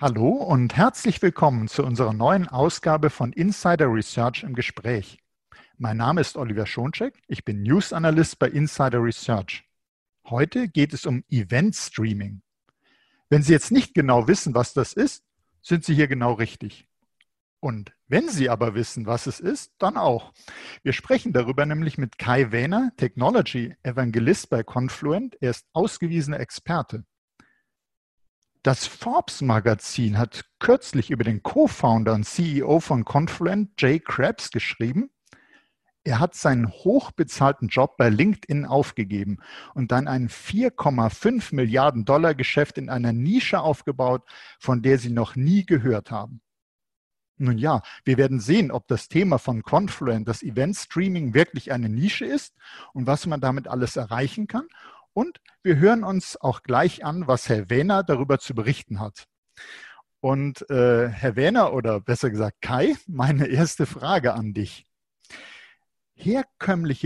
Hallo und herzlich willkommen zu unserer neuen Ausgabe von Insider Research im Gespräch. Mein Name ist Oliver Schoncheck, ich bin News Analyst bei Insider Research. Heute geht es um Event Streaming. Wenn Sie jetzt nicht genau wissen, was das ist, sind Sie hier genau richtig. Und wenn Sie aber wissen, was es ist, dann auch. Wir sprechen darüber nämlich mit Kai Wähner, Technology Evangelist bei Confluent. Er ist ausgewiesener Experte. Das Forbes-Magazin hat kürzlich über den Co-Founder und CEO von Confluent, Jay Krebs, geschrieben. Er hat seinen hochbezahlten Job bei LinkedIn aufgegeben und dann ein 4,5 Milliarden Dollar Geschäft in einer Nische aufgebaut, von der Sie noch nie gehört haben. Nun ja, wir werden sehen, ob das Thema von Confluent, das Event Streaming, wirklich eine Nische ist und was man damit alles erreichen kann. Und wir hören uns auch gleich an, was Herr Wähner darüber zu berichten hat. Und Herr Wähner, oder besser gesagt Kai, meine erste Frage an dich. Herkömmliche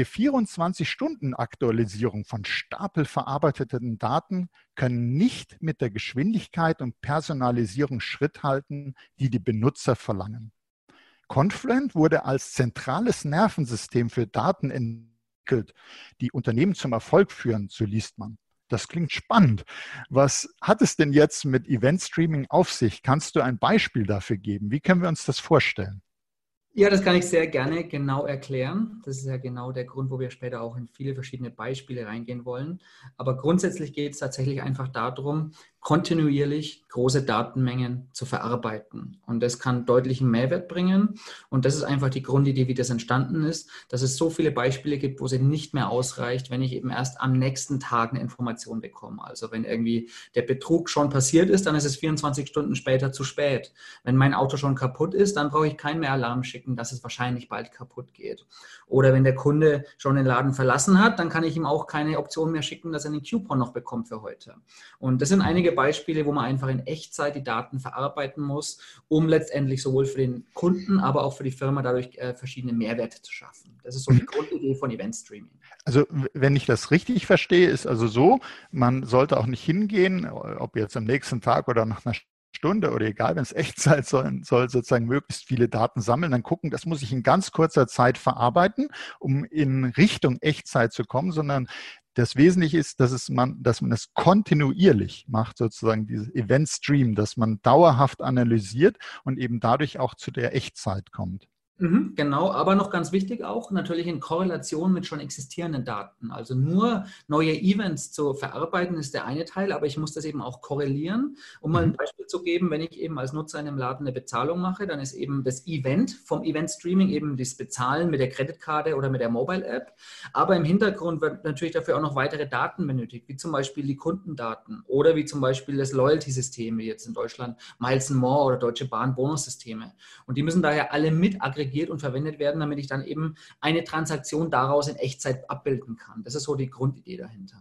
24-Stunden-Aktualisierung von stapelverarbeiteten Daten können nicht mit der Geschwindigkeit und Personalisierung Schritt halten, die die Benutzer verlangen. Confluent wurde als zentrales Nervensystem für Daten entwickelt, die Unternehmen zum Erfolg führen, so liest man. Das klingt spannend. Was hat es denn jetzt mit Event Streaming auf sich? Kannst du ein Beispiel dafür geben? Wie können wir uns das vorstellen? Ja, das kann ich sehr gerne genau erklären. Das ist ja genau der Grund, wo wir später auch in viele verschiedene Beispiele reingehen wollen. Aber grundsätzlich geht es tatsächlich einfach darum, kontinuierlich große Datenmengen zu verarbeiten. Und das kann deutlichen Mehrwert bringen. Und das ist einfach die Grundidee, wie das entstanden ist, dass es so viele Beispiele gibt, wo es eben nicht mehr ausreicht, wenn ich eben erst am nächsten Tag eine Information bekomme. Also wenn irgendwie der Betrug schon passiert ist, dann ist es 24 Stunden später zu spät. Wenn mein Auto schon kaputt ist, dann brauche ich keinen mehr Alarm schicken, dass es wahrscheinlich bald kaputt geht. Oder wenn der Kunde schon den Laden verlassen hat, dann kann ich ihm auch keine Option mehr schicken, dass er einen Coupon noch bekommt für heute. Und das sind einige Beispiele, wo man einfach in Echtzeit die Daten verarbeiten muss, um letztendlich sowohl für den Kunden, aber auch für die Firma dadurch verschiedene Mehrwerte zu schaffen. Das ist so die Grundidee von Event Streaming. Also wenn ich das richtig verstehe, ist also so, man sollte auch nicht hingehen, ob jetzt am nächsten Tag oder nach einer Stunde oder egal, wenn es Echtzeit soll sozusagen möglichst viele Daten sammeln, dann gucken, das muss ich in ganz kurzer Zeit verarbeiten, um in Richtung Echtzeit zu kommen, sondern das Wesentliche ist, dass man es kontinuierlich macht, sozusagen dieses Event Stream, dass man dauerhaft analysiert und eben dadurch auch zu der Echtzeit kommt. Genau, aber noch ganz wichtig auch, natürlich in Korrelation mit schon existierenden Daten. Also nur neue Events zu verarbeiten ist der eine Teil, aber ich muss das eben auch korrelieren. Um mal ein Beispiel zu geben, wenn ich eben als Nutzer in einem Laden eine Bezahlung mache, dann ist eben das Event vom Event Streaming eben das Bezahlen mit der Kreditkarte oder mit der Mobile App. Aber im Hintergrund wird natürlich dafür auch noch weitere Daten benötigt, wie zum Beispiel die Kundendaten oder wie zum Beispiel das Loyalty-System, wie jetzt in Deutschland Miles & More oder Deutsche Bahn Bonussysteme. Und die müssen daher alle mit aggregiert und verwendet werden, damit ich dann eben eine Transaktion daraus in Echtzeit abbilden kann. Das ist so die Grundidee dahinter.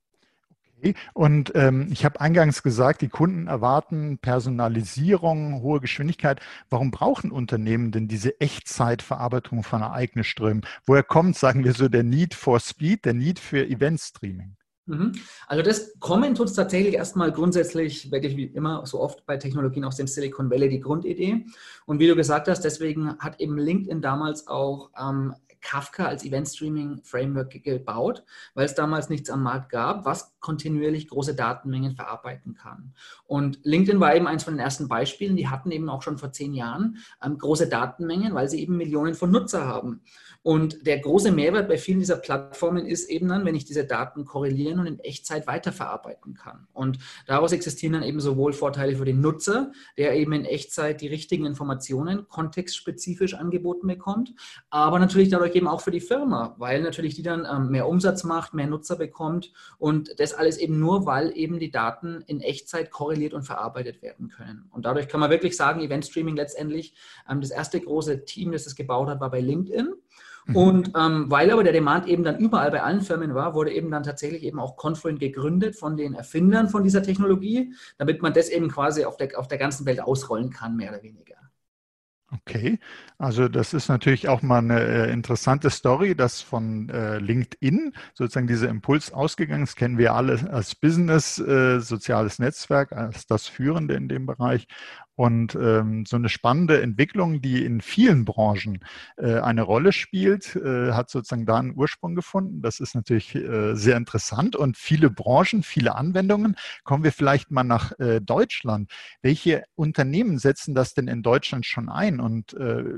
Okay. Und ich habe eingangs gesagt, die Kunden erwarten Personalisierung, hohe Geschwindigkeit. Warum brauchen Unternehmen denn diese Echtzeitverarbeitung von Ereignisströmen? Woher kommt, sagen wir so, der Need for Speed, der Need für Event Streaming? Also das kommen tut es tatsächlich erstmal grundsätzlich, wirklich wie immer so oft bei Technologien aus dem Silicon Valley die Grundidee. Und wie du gesagt hast, deswegen hat eben LinkedIn damals auch Kafka als Event-Streaming-Framework gebaut, weil es damals nichts am Markt gab, was kontinuierlich große Datenmengen verarbeiten kann. Und LinkedIn war eben eins von den ersten Beispielen, die hatten eben auch schon vor 10 Jahren große Datenmengen, weil sie eben Millionen von Nutzer haben. Und der große Mehrwert bei vielen dieser Plattformen ist eben dann, wenn ich diese Daten korrelieren und in Echtzeit weiterverarbeiten kann. Und daraus existieren dann eben sowohl Vorteile für den Nutzer, der eben in Echtzeit die richtigen Informationen kontextspezifisch angeboten bekommt, aber natürlich dadurch eben auch für die Firma, weil natürlich die dann mehr Umsatz macht, mehr Nutzer bekommt und das alles eben nur, weil eben die Daten in Echtzeit korreliert und verarbeitet werden können. Und dadurch kann man wirklich sagen, Event Streaming letztendlich, das erste große Team, das gebaut hat, war bei LinkedIn. Und weil aber der Demand eben dann überall bei allen Firmen war, wurde eben dann tatsächlich eben auch Confluent gegründet von den Erfindern von dieser Technologie, damit man das eben quasi auf der ganzen Welt ausrollen kann, mehr oder weniger. Okay, also das ist natürlich auch mal eine interessante Story, dass von LinkedIn sozusagen dieser Impuls ausgegangen ist. Kennen wir alle als Business, soziales Netzwerk, als das Führende in dem Bereich. Und so eine spannende Entwicklung, die in vielen Branchen eine Rolle spielt, hat sozusagen da einen Ursprung gefunden. Das ist natürlich sehr interessant und viele Branchen, viele Anwendungen. Kommen wir vielleicht mal nach Deutschland. Welche Unternehmen setzen das denn in Deutschland schon ein und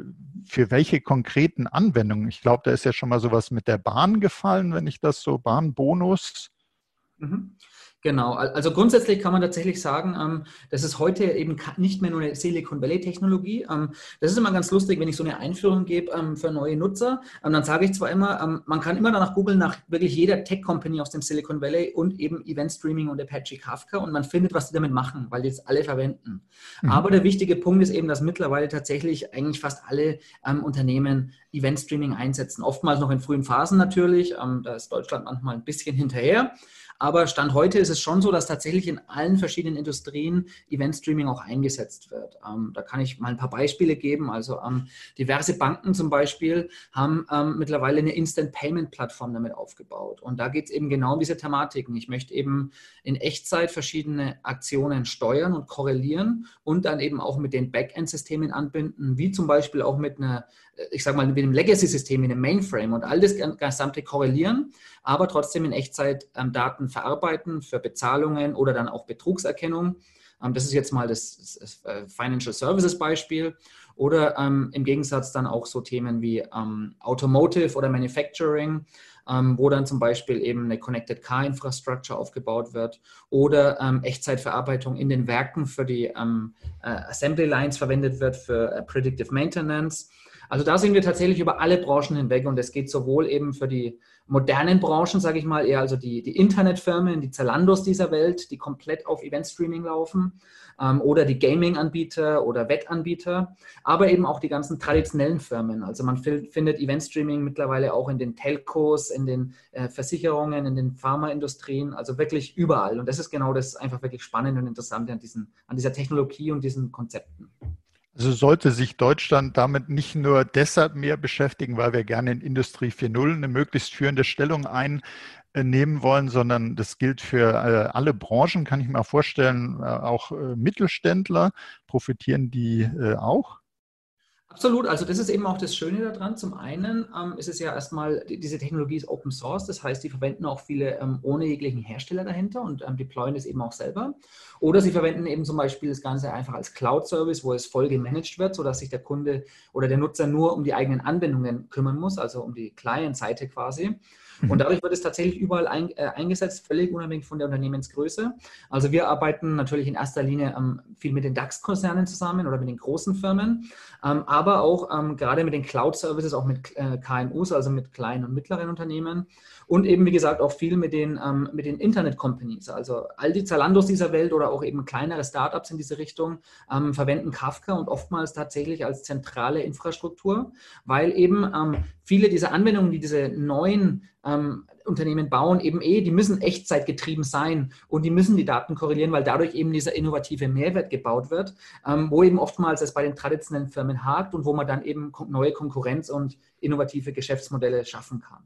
für welche konkreten Anwendungen? Ich glaube, da ist ja schon mal sowas mit der Bahn gefallen, wenn ich das so, Bahnbonus. Mhm. Genau, also grundsätzlich kann man tatsächlich sagen, das ist heute eben nicht mehr nur eine Silicon Valley-Technologie. Das ist immer ganz lustig, wenn ich so eine Einführung gebe für neue Nutzer. Dann sage ich zwar immer, man kann immer danach googeln nach wirklich jeder Tech-Company aus dem Silicon Valley und eben Event Streaming und Apache Kafka und man findet, was die damit machen, weil die es alle verwenden. Mhm. Aber der wichtige Punkt ist eben, dass mittlerweile tatsächlich eigentlich fast alle Unternehmen Event Streaming einsetzen. Oftmals noch in frühen Phasen natürlich. Da ist Deutschland manchmal ein bisschen hinterher. Aber Stand heute ist es schon so, dass tatsächlich in allen verschiedenen Industrien Event-Streaming auch eingesetzt wird. Da kann ich mal ein paar Beispiele geben. Also diverse Banken zum Beispiel haben mittlerweile eine Instant-Payment-Plattform damit aufgebaut. Und da geht es eben genau um diese Thematiken. Ich möchte eben in Echtzeit verschiedene Aktionen steuern und korrelieren und dann eben auch mit den Backend-Systemen anbinden, wie zum Beispiel auch mit einer, ich sage mal, mit einem Legacy-System, mit einem Mainframe und all das gesamte korrelieren, aber trotzdem in Echtzeit Daten verarbeiten für Bezahlungen oder dann auch Betrugserkennung. Das ist jetzt mal das Financial Services Beispiel. Oder im Gegensatz dann auch so Themen wie Automotive oder Manufacturing, wo dann zum Beispiel eben eine Connected Car Infrastructure aufgebaut wird oder Echtzeitverarbeitung in den Werken für die Assembly Lines verwendet wird für Predictive Maintenance. Also da sind wir tatsächlich über alle Branchen hinweg und es geht sowohl eben für die modernen Branchen, sage ich mal, eher also die Internetfirmen, die Zalandos dieser Welt, die komplett auf Event-Streaming laufen oder die Gaming-Anbieter oder Wettanbieter, aber eben auch die ganzen traditionellen Firmen. Also man findet Event-Streaming mittlerweile auch in den Telcos, in den Versicherungen, in den Pharmaindustrien, also wirklich überall. Und das ist genau das einfach wirklich Spannende und Interessante an dieser Technologie und diesen Konzepten. Also sollte sich Deutschland damit nicht nur deshalb mehr beschäftigen, weil wir gerne in Industrie 4.0 eine möglichst führende Stellung einnehmen wollen, sondern das gilt für alle Branchen, kann ich mir vorstellen, auch Mittelständler profitieren die auch. Absolut, also das ist eben auch das Schöne daran. Zum einen ist es ja erstmal, diese Technologie ist Open Source, das heißt, die verwenden auch viele ohne jeglichen Hersteller dahinter und deployen es eben auch selber. Oder sie verwenden eben zum Beispiel das Ganze einfach als Cloud-Service, wo es voll gemanagt wird, sodass sich der Kunde oder der Nutzer nur um die eigenen Anwendungen kümmern muss, also um die Client-Seite quasi. Und Mhm. dadurch wird es tatsächlich überall eingesetzt, völlig unabhängig von der Unternehmensgröße. Also wir arbeiten natürlich in erster Linie viel mit den DAX-Konzernen zusammen oder mit den großen Firmen, aber auch gerade mit den Cloud-Services, auch mit KMUs, also mit kleinen und mittleren Unternehmen und eben, wie gesagt, auch viel mit den Internet-Companies. Also all die Zalandos dieser Welt oder auch eben kleinere Startups in diese Richtung verwenden Kafka und oftmals tatsächlich als zentrale Infrastruktur, weil eben viele dieser Anwendungen, die diese neuen Unternehmen bauen, eben die müssen echtzeitgetrieben sein und die müssen die Daten korrelieren, weil dadurch eben dieser innovative Mehrwert gebaut wird, wo eben oftmals es bei den traditionellen Firmen hakt und wo man dann eben neue Konkurrenz und innovative Geschäftsmodelle schaffen kann.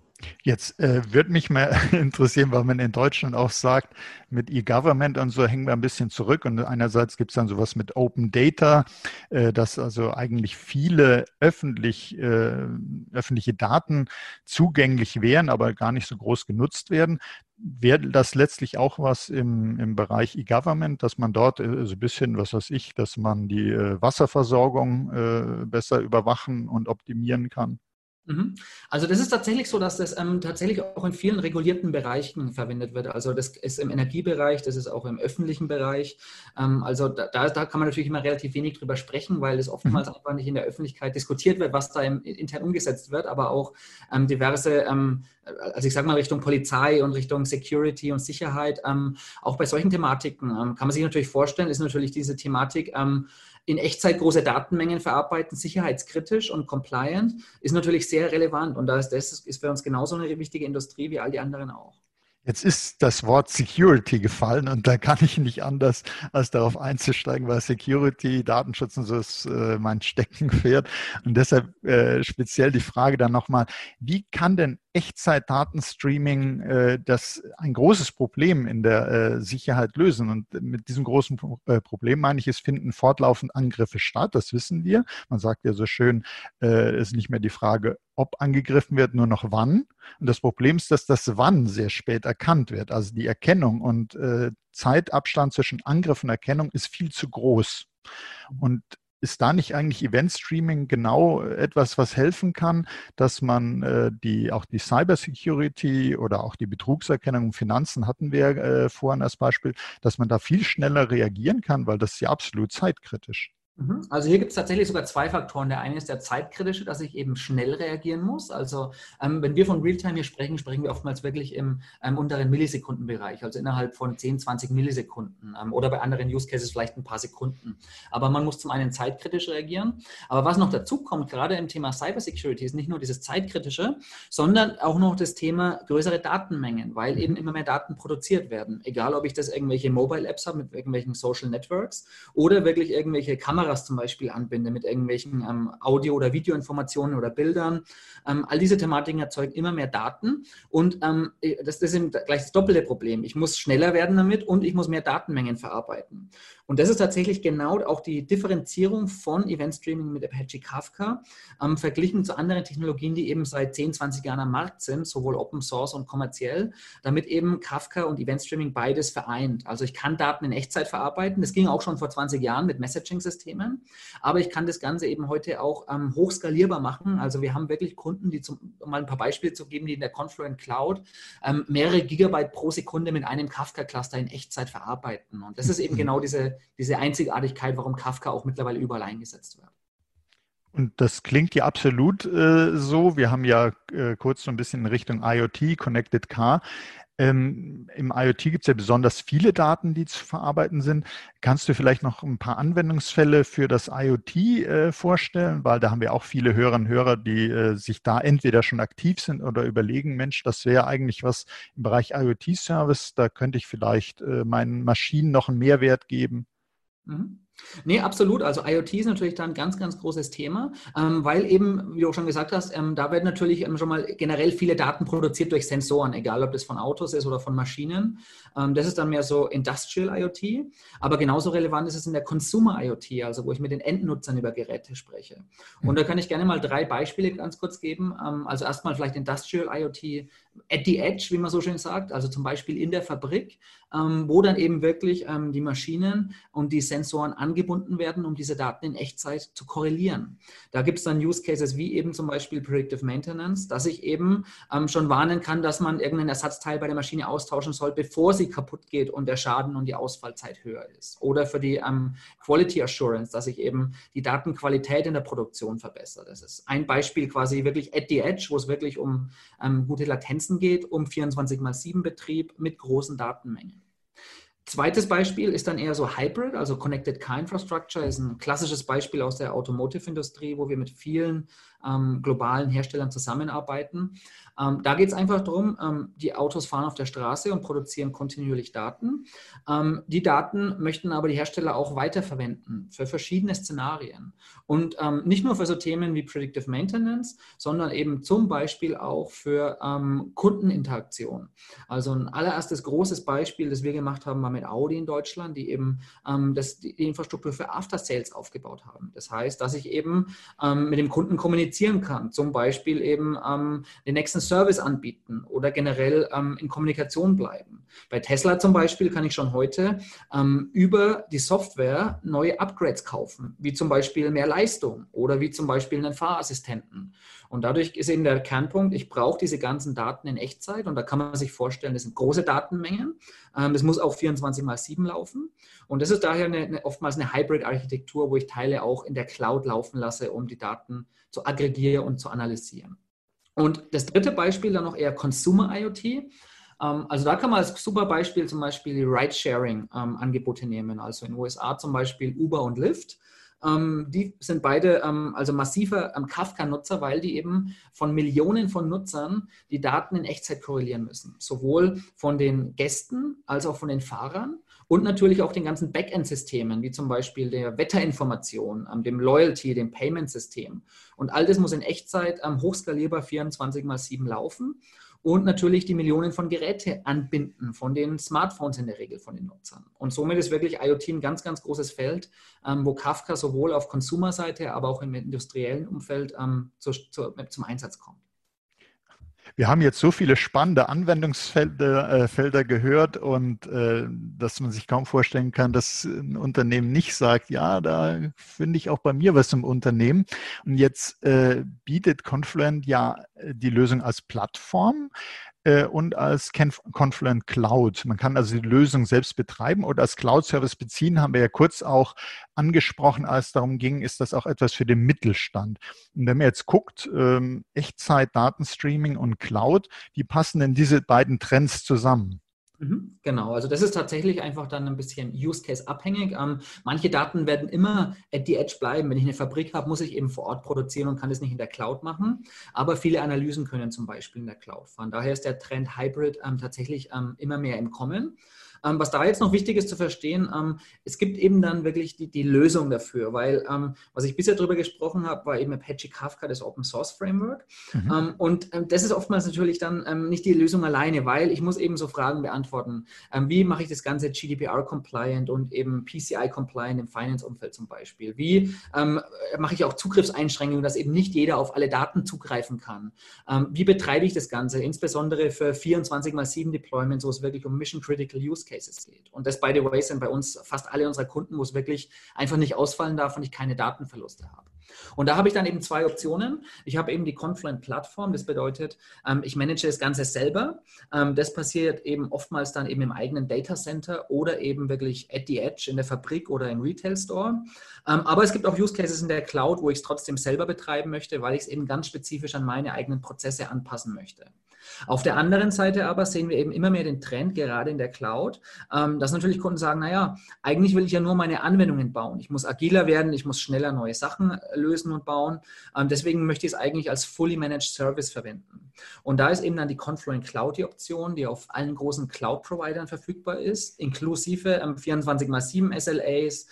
Jetzt würde mich mal interessieren, weil man in Deutschland auch sagt, mit E-Government und so hängen wir ein bisschen zurück. Und einerseits gibt es dann sowas mit Open Data, dass also eigentlich viele öffentliche Daten zugänglich wären, aber gar nicht so groß genutzt werden. Wäre das letztlich auch was im Bereich E-Government, dass man dort so ein bisschen, was weiß ich, dass man die Wasserversorgung besser überwachen und optimieren kann? Mhm. Also das ist tatsächlich so, dass das tatsächlich auch in vielen regulierten Bereichen verwendet wird. Also das ist im Energiebereich, das ist auch im öffentlichen Bereich. Also da kann man natürlich immer relativ wenig drüber sprechen, weil es Mhm. oftmals einfach nicht in der Öffentlichkeit diskutiert wird, was da intern umgesetzt wird, aber auch diverse, also ich sage mal Richtung Polizei und Richtung Security und Sicherheit, auch bei solchen Thematiken kann man sich natürlich vorstellen, ist natürlich diese Thematik, in Echtzeit große Datenmengen verarbeiten, sicherheitskritisch und compliant, ist natürlich sehr relevant. Und das ist für uns genauso eine wichtige Industrie wie all die anderen auch. Jetzt ist das Wort Security gefallen und da kann ich nicht anders, als darauf einzusteigen, weil Security, Datenschutz und so ist mein Steckenpferd. Und deshalb speziell die Frage dann nochmal, wie kann denn Echtzeit-Datenstreaming das ein großes Problem in der Sicherheit lösen? Und mit diesem großen Problem meine ich, es finden fortlaufend Angriffe statt, das wissen wir. Man sagt ja so schön, es ist nicht mehr die Frage, ob angegriffen wird, nur noch wann. Und das Problem ist, dass das Wann sehr spät erkannt wird. Also die Erkennung und Zeitabstand zwischen Angriff und Erkennung ist viel zu groß. Und ist da nicht eigentlich Event-Streaming genau etwas, was helfen kann, dass man auch die Cybersecurity oder auch die Betrugserkennung im Finanzen hatten wir vorhin als Beispiel, dass man da viel schneller reagieren kann, weil das ist ja absolut zeitkritisch. Also hier gibt es tatsächlich sogar zwei Faktoren. Der eine ist der zeitkritische, dass ich eben schnell reagieren muss. Also wenn wir von Realtime hier sprechen, sprechen wir oftmals wirklich im unteren Millisekundenbereich, also innerhalb von 10, 20 Millisekunden oder bei anderen Use Cases vielleicht ein paar Sekunden. Aber man muss zum einen zeitkritisch reagieren. Aber was noch dazu kommt, gerade im Thema Cybersecurity, ist nicht nur dieses zeitkritische, sondern auch noch das Thema größere Datenmengen, weil eben immer mehr Daten produziert werden. Egal, ob ich das irgendwelche Mobile-Apps habe mit irgendwelchen Social Networks oder wirklich irgendwelche Kameras zum Beispiel anbinde mit irgendwelchen Audio- oder Videoinformationen oder Bildern. All diese Thematiken erzeugen immer mehr Daten und das ist gleich das doppelte Problem. Ich muss schneller werden damit und ich muss mehr Datenmengen verarbeiten. Und das ist tatsächlich genau auch die Differenzierung von Event Streaming mit Apache Kafka verglichen zu anderen Technologien, die eben seit 10, 20 Jahren am Markt sind, sowohl Open Source und kommerziell, damit eben Kafka und Event Streaming beides vereint. Also ich kann Daten in Echtzeit verarbeiten. Das ging auch schon vor 20 Jahren mit Messaging-Systemen, aber ich kann das Ganze eben heute auch hochskalierbar machen. Also wir haben wirklich Kunden, um mal ein paar Beispiele zu geben, die in der Confluent Cloud mehrere Gigabyte pro Sekunde mit einem Kafka-Cluster in Echtzeit verarbeiten. Und das ist eben genau diese Einzigartigkeit, warum Kafka auch mittlerweile überall eingesetzt wird. Und das klingt ja absolut so. Wir haben ja kurz so ein bisschen in Richtung IoT, Connected Car. Im IoT gibt es ja besonders viele Daten, die zu verarbeiten sind. Kannst du vielleicht noch ein paar Anwendungsfälle für das IoT vorstellen? Weil da haben wir auch viele Hörerinnen und Hörer, die sich da entweder schon aktiv sind oder überlegen, Mensch, das wäre eigentlich was im Bereich IoT-Service. Da könnte ich vielleicht meinen Maschinen noch einen Mehrwert geben. Mhm. Nee, absolut. Also IoT ist natürlich da ein ganz, ganz großes Thema, weil eben, wie du auch schon gesagt hast, da werden natürlich schon mal generell viele Daten produziert durch Sensoren, egal ob das von Autos ist oder von Maschinen. Das ist dann mehr so Industrial IoT, aber genauso relevant ist es in der Consumer IoT, also wo ich mit den Endnutzern über Geräte spreche. Und da kann ich gerne mal 3 Beispiele ganz kurz geben. Also erstmal vielleicht Industrial IoT at the Edge, wie man so schön sagt, also zum Beispiel in der Fabrik, wo dann eben wirklich die Maschinen und die Sensoren angebunden werden, um diese Daten in Echtzeit zu korrelieren. Da gibt es dann Use Cases wie eben zum Beispiel Predictive Maintenance, dass ich eben schon warnen kann, dass man irgendein Ersatzteil bei der Maschine austauschen soll, bevor sie kaputt geht und der Schaden und die Ausfallzeit höher ist. Oder für die Quality Assurance, dass ich eben die Datenqualität in der Produktion verbessere. Das ist ein Beispiel quasi wirklich at the Edge, wo es wirklich um gute Latenzen geht, um 24x7 Betrieb mit großen Datenmengen. Zweites Beispiel ist dann eher so Hybrid, also Connected Car Infrastructure ist ein klassisches Beispiel aus der Automotive-Industrie, wo wir mit vielen globalen Herstellern zusammenarbeiten. Da geht es einfach darum, die Autos fahren auf der Straße und produzieren kontinuierlich Daten. Die Daten möchten aber die Hersteller auch weiterverwenden für verschiedene Szenarien. Und nicht nur für so Themen wie Predictive Maintenance, sondern eben zum Beispiel auch für Kundeninteraktion. Also ein allererstes großes Beispiel, das wir gemacht haben, war mit Audi in Deutschland, die eben die Infrastruktur für After Sales aufgebaut haben. Das heißt, dass ich eben mit dem Kunden kommunizieren kann, zum Beispiel eben den nächsten Service anbieten oder generell in Kommunikation bleiben. Bei Tesla zum Beispiel kann ich schon heute über die Software neue Upgrades kaufen, wie zum Beispiel mehr Leistung oder wie zum Beispiel einen Fahrassistenten. Und dadurch ist eben der Kernpunkt, ich brauche diese ganzen Daten in Echtzeit und da kann man sich vorstellen, das sind große Datenmengen. Das muss auch 24x7 laufen und das ist daher oftmals eine Hybrid-Architektur, wo ich Teile auch in der Cloud laufen lasse, um die Daten zu aggregieren und zu analysieren. Und das dritte Beispiel dann noch eher Consumer IoT. Also da kann man als super Beispiel zum Beispiel die Ride-Sharing-Angebote nehmen. Also in den USA zum Beispiel Uber und Lyft. Die sind beide also massive Kafka-Nutzer, weil die eben von Millionen von Nutzern die Daten in Echtzeit korrelieren müssen. Sowohl von den Gästen als auch von den Fahrern und natürlich auch den ganzen Backend-Systemen, wie zum Beispiel der Wetterinformation, dem Loyalty, dem Payment-System. Und all das muss in Echtzeit hochskalierbar 24/7 laufen. Und natürlich die Millionen von Geräte anbinden, von den Smartphones in der Regel von den Nutzern. Und somit ist wirklich IoT ein ganz, ganz großes Feld, wo Kafka sowohl auf Consumer-Seite, aber auch im industriellen Umfeld zum Einsatz kommt. Wir haben jetzt so viele spannende Anwendungsfelder gehört und dass man sich kaum vorstellen kann, dass ein Unternehmen nicht sagt, ja, da finde ich auch bei mir was im Unternehmen. Und jetzt bietet Confluent ja die Lösung als Plattform und als Confluent Cloud. Man kann also die Lösung selbst betreiben oder als Cloud-Service beziehen, haben wir ja kurz auch angesprochen, als es darum ging, ist das auch etwas für den Mittelstand. Und wenn man jetzt guckt, Echtzeit, Datenstreaming und Cloud, die passen in diese beiden Trends zusammen. Genau, also das ist tatsächlich einfach dann ein bisschen Use-Case-abhängig. Manche Daten werden immer at the edge bleiben. Wenn ich eine Fabrik habe, muss ich eben vor Ort produzieren und kann das nicht in der Cloud machen. Aber viele Analysen können zum Beispiel in der Cloud fahren. Daher ist der Trend Hybrid tatsächlich immer mehr im Kommen. Was da jetzt noch wichtig ist zu verstehen, es gibt eben dann wirklich die Lösung dafür, weil was ich bisher darüber gesprochen habe, war eben Apache Kafka, das Open Source Framework. Und das ist oftmals natürlich dann nicht die Lösung alleine, weil ich muss eben so Fragen beantworten. Wie mache ich das Ganze GDPR-compliant und eben PCI-compliant im Finance-Umfeld zum Beispiel? Wie mache ich auch Zugriffseinschränkungen, dass eben nicht jeder auf alle Daten zugreifen kann? Wie betreibe ich das Ganze, insbesondere für 24/7 Deployments, wo es wirklich um Mission-Critical Use Cases geht. Und das, by the way, sind bei uns fast alle unserer Kunden, wo es wirklich einfach nicht ausfallen darf und ich keine Datenverluste habe. Und da habe ich dann eben zwei Optionen. Ich habe eben die Confluent-Plattform, das bedeutet, ich manage das Ganze selber. Das passiert eben oftmals dann eben im eigenen Datacenter oder eben wirklich at the edge in der Fabrik oder im Retail-Store. Aber es gibt auch Use Cases in der Cloud, wo ich es trotzdem selber betreiben möchte, weil ich es eben ganz spezifisch an meine eigenen Prozesse anpassen möchte. Auf der anderen Seite aber sehen wir eben immer mehr den Trend, gerade in der Cloud, dass natürlich Kunden sagen, naja, eigentlich will ich ja nur meine Anwendungen bauen. Ich muss agiler werden, ich muss schneller neue Sachen lösen und bauen. Deswegen möchte ich es eigentlich als Fully Managed Service verwenden. Und da ist eben dann die Confluent Cloud die Option, die auf allen großen Cloud-Providern verfügbar ist, inklusive 24/7 SLAs,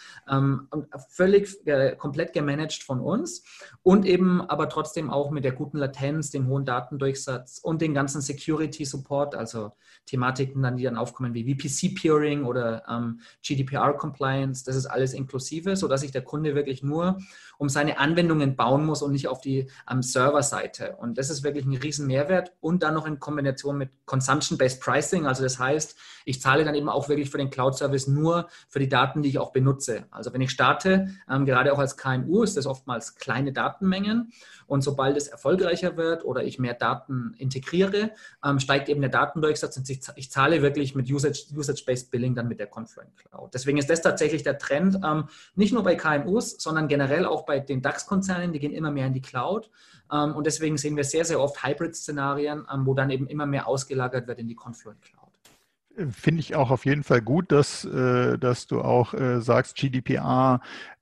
völlig komplett gemanagt von uns und eben aber trotzdem auch mit der guten Latenz, dem hohen Datendurchsatz und den ganzen Security Support, also Thematiken dann, die dann aufkommen wie VPC-Peering oder GDPR-Compliance, das ist alles inklusive, sodass sich der Kunde wirklich nur um seine Anwendungen bauen muss und nicht auf die Serverseite. Und das ist wirklich ein riesen Mehrwert und dann noch in Kombination mit Consumption-Based Pricing, also das heißt, ich zahle dann eben auch wirklich für den Cloud-Service nur für die Daten, die ich auch benutze. Also wenn ich starte, gerade auch als KMU, ist das oftmals kleine Datenmengen und sobald es erfolgreicher wird oder ich mehr Daten integriere, steigt eben der Datendurchsatz und ich zahle wirklich mit Usage-Based Billing dann mit der Confluent Cloud. Deswegen ist das tatsächlich der Trend, nicht nur bei KMUs, sondern generell auch bei den DAX-Konzernen, die gehen immer mehr in die Cloud. Und deswegen sehen wir sehr, sehr oft Hybrid-Szenarien, wo dann eben immer mehr ausgelagert wird in die Confluent Cloud. Finde ich auch auf jeden Fall gut, dass du auch sagst, GDPR,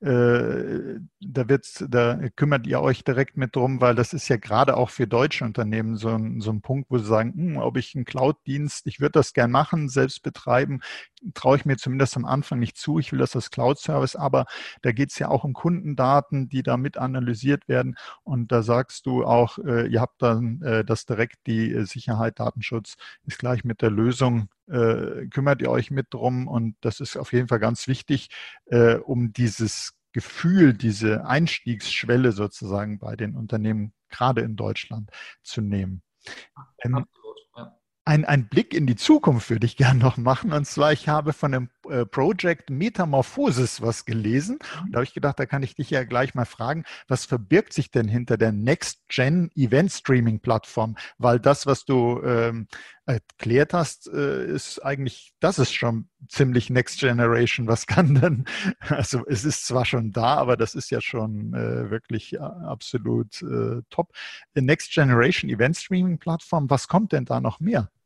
da kümmert ihr euch direkt mit drum, weil das ist ja gerade auch für deutsche Unternehmen so ein Punkt, wo sie sagen, ob ich einen Cloud-Dienst, ich würde das gern machen, selbst betreiben, traue ich mir zumindest am Anfang nicht zu, ich will das als Cloud-Service, aber da geht es ja auch um Kundendaten, die da mit analysiert werden und da sagst du auch, ihr habt dann das direkt, die Sicherheit, Datenschutz ist gleich mit der Lösung, kümmert ihr euch mit drum und das ist auf jeden Fall ganz wichtig, um dieses Gefühl, diese Einstiegsschwelle sozusagen bei den Unternehmen, gerade in Deutschland, zu nehmen. Absolut, ja. Ein Blick in die Zukunft würde ich gerne noch machen. Und zwar, ich habe von dem Project Metamorphosis was gelesen. Und da habe ich gedacht, da kann ich dich ja gleich mal fragen, was verbirgt sich denn hinter der Next-Gen Event Streaming Plattform? Weil das, was du erklärt hast, ist eigentlich, das ist schon ziemlich Next Generation. Was kann denn, also es ist zwar schon da, aber das ist ja schon wirklich absolut top. Next Generation Event Streaming Plattform, was kommt denn da noch mehr?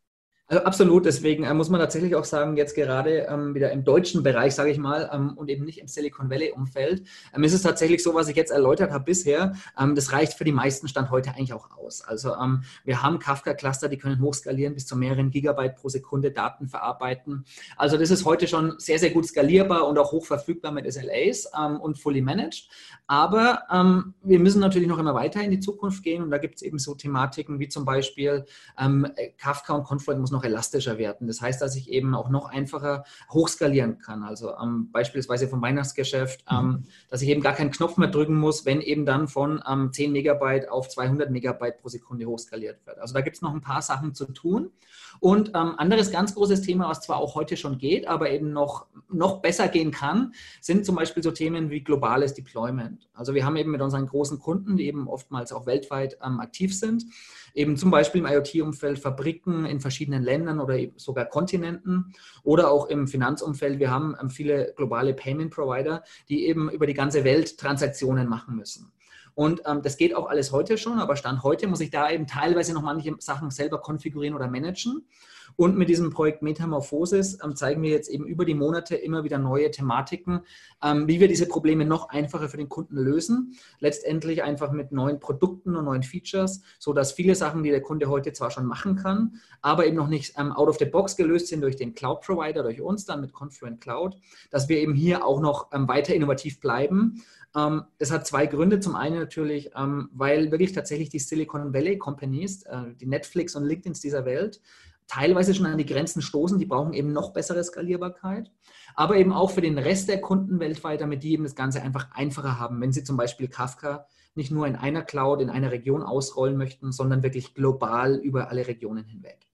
Also absolut, deswegen muss man tatsächlich auch sagen, jetzt gerade wieder im deutschen Bereich, sage ich mal, und eben nicht im Silicon Valley-Umfeld, ist es tatsächlich so, was ich jetzt erläutert habe bisher, das reicht für die meisten Stand heute eigentlich auch aus. Also wir haben Kafka-Cluster, die können hochskalieren bis zu mehreren Gigabyte pro Sekunde Daten verarbeiten. Also das ist heute schon sehr, sehr gut skalierbar und auch hoch verfügbar mit SLAs und fully managed. Aber wir müssen natürlich noch immer weiter in die Zukunft gehen und da gibt es eben so Thematiken wie zum Beispiel Kafka und Confluent muss noch elastischer werden. Das heißt, dass ich eben auch noch einfacher hochskalieren kann. Also beispielsweise vom Weihnachtsgeschäft, dass ich eben gar keinen Knopf mehr drücken muss, wenn eben dann von 10 Megabyte auf 200 Megabyte pro Sekunde hochskaliert wird. Also da gibt es noch ein paar Sachen zu tun. Und anderes ganz großes Thema, was zwar auch heute schon geht, aber eben noch besser gehen kann, sind zum Beispiel so Themen wie globales Deployment. Also wir haben eben mit unseren großen Kunden, die eben oftmals auch weltweit aktiv sind, eben zum Beispiel im IoT-Umfeld Fabriken in verschiedenen Ländern oder sogar Kontinenten oder auch im Finanzumfeld. Wir haben viele globale Payment-Provider, die eben über die ganze Welt Transaktionen machen müssen. Und das geht auch alles heute schon, aber Stand heute muss ich da eben teilweise noch manche Sachen selber konfigurieren oder managen. Und mit diesem Projekt Metamorphosis zeigen wir jetzt eben über die Monate immer wieder neue Thematiken, wie wir diese Probleme noch einfacher für den Kunden lösen. Letztendlich einfach mit neuen Produkten und neuen Features, sodass viele Sachen, die der Kunde heute zwar schon machen kann, aber eben noch nicht out of the box gelöst sind durch den Cloud-Provider, durch uns dann mit Confluent Cloud, dass wir eben hier auch noch weiter innovativ bleiben. Das hat zwei Gründe. Zum einen natürlich, weil wirklich tatsächlich die Silicon Valley Companies, die Netflix und LinkedIns dieser Welt, teilweise schon an die Grenzen stoßen. Die brauchen eben noch bessere Skalierbarkeit, aber eben auch für den Rest der Kunden weltweit, damit die eben das Ganze einfach einfacher haben, wenn sie zum Beispiel Kafka nicht nur in einer Cloud, in einer Region ausrollen möchten, sondern wirklich global über alle Regionen hinweg.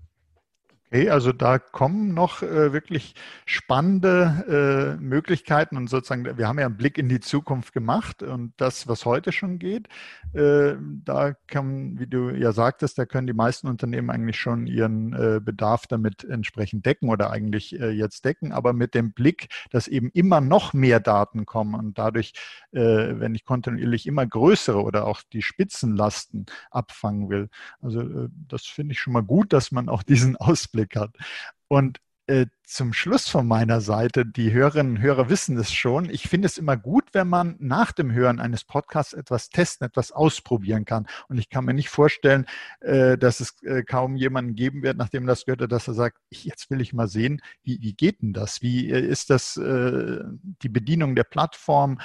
Okay, also da kommen noch wirklich spannende Möglichkeiten und sozusagen, wir haben ja einen Blick in die Zukunft gemacht und das, was heute schon geht, da kann, wie du ja sagtest, da können die meisten Unternehmen eigentlich schon ihren Bedarf damit entsprechend decken oder eigentlich jetzt decken, aber mit dem Blick, dass eben immer noch mehr Daten kommen und dadurch, wenn ich kontinuierlich immer größere oder auch die Spitzenlasten abfangen will. Also das finde ich schon mal gut, dass man auch diesen Ausblick hat. Und zum Schluss von meiner Seite, die Hörerinnen und Hörer wissen es schon, ich finde es immer gut, wenn man nach dem Hören eines Podcasts etwas testen, etwas ausprobieren kann. Und ich kann mir nicht vorstellen, dass es kaum jemanden geben wird, nachdem das gehört hat, dass er sagt, jetzt will ich mal sehen, wie geht denn das? Wie ist das die Bedienung der Plattform?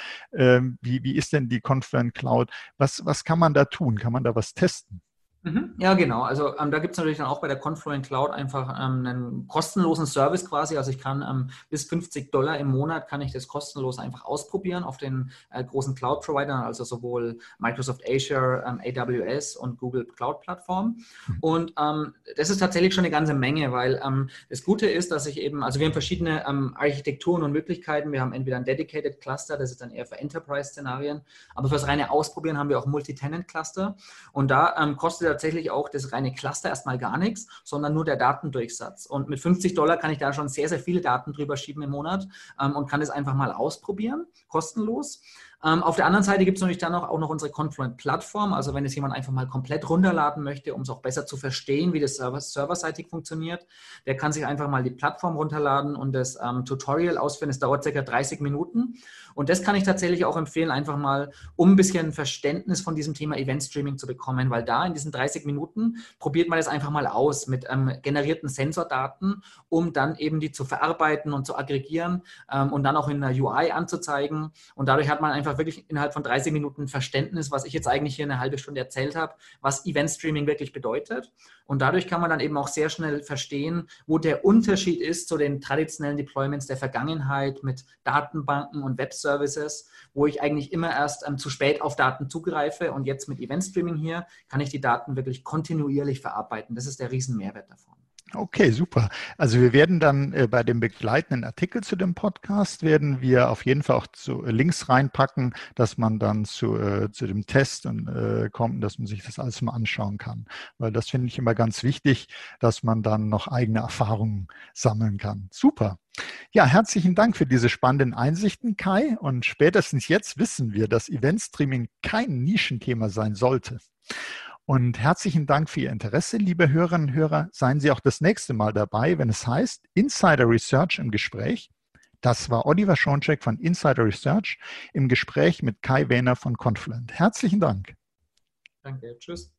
Wie ist denn die Confluent Cloud? Was kann man da tun? Kann man da was testen? Ja, genau. Also da gibt es natürlich dann auch bei der Confluent Cloud einfach einen kostenlosen Service quasi. Also ich kann bis $50 im Monat kann ich das kostenlos einfach ausprobieren auf den großen Cloud-Providern, also sowohl Microsoft Azure, AWS und Google Cloud Plattform. Und das ist tatsächlich schon eine ganze Menge, weil das Gute ist, dass ich eben, also wir haben verschiedene Architekturen und Möglichkeiten. Wir haben entweder ein Dedicated Cluster, das ist dann eher für Enterprise-Szenarien, aber für das reine Ausprobieren haben wir auch Multi-Tenant-Cluster und da kostet tatsächlich auch das reine Cluster erstmal gar nichts, sondern nur der Datendurchsatz. Und mit $50 kann ich da schon sehr, sehr viele Daten drüber schieben im Monat und kann das einfach mal ausprobieren, kostenlos. Auf der anderen Seite gibt es natürlich dann auch noch unsere Confluent-Plattform. Also wenn es jemand einfach mal komplett runterladen möchte, um es auch besser zu verstehen, wie das serverseitig funktioniert, der kann sich einfach mal die Plattform runterladen und das Tutorial ausführen. Es dauert ca. 30 Minuten. Und das kann ich tatsächlich auch empfehlen, einfach mal, um ein bisschen Verständnis von diesem Thema Event-Streaming zu bekommen, weil da in diesen 30 Minuten probiert man das einfach mal aus mit generierten Sensordaten, um dann eben die zu verarbeiten und zu aggregieren und dann auch in der UI anzuzeigen. Und dadurch hat man einfach wirklich innerhalb von 30 Minuten Verständnis, was ich jetzt eigentlich hier eine halbe Stunde erzählt habe, was Event-Streaming wirklich bedeutet. Und dadurch kann man dann eben auch sehr schnell verstehen, wo der Unterschied ist zu den traditionellen Deployments der Vergangenheit mit Datenbanken und Web-Services, wo ich eigentlich immer erst zu spät auf Daten zugreife und jetzt mit Event-Streaming hier kann ich die Daten wirklich kontinuierlich verarbeiten. Das ist der Riesenmehrwert davon. Okay, super. Also wir werden dann bei dem begleitenden Artikel zu dem Podcast, werden wir auf jeden Fall auch zu Links reinpacken, dass man dann zu dem Test kommt, dass man sich das alles mal anschauen kann. Weil das finde ich immer ganz wichtig, dass man dann noch eigene Erfahrungen sammeln kann. Super. Ja, herzlichen Dank für diese spannenden Einsichten, Kai. Und spätestens jetzt wissen wir, dass Event-Streaming kein Nischenthema sein sollte. Und herzlichen Dank für Ihr Interesse, liebe Hörerinnen und Hörer. Seien Sie auch das nächste Mal dabei, wenn es heißt Insider Research im Gespräch. Das war Oliver Schoncheck von Insider Research im Gespräch mit Kai Wähner von Confluent. Herzlichen Dank. Danke, tschüss.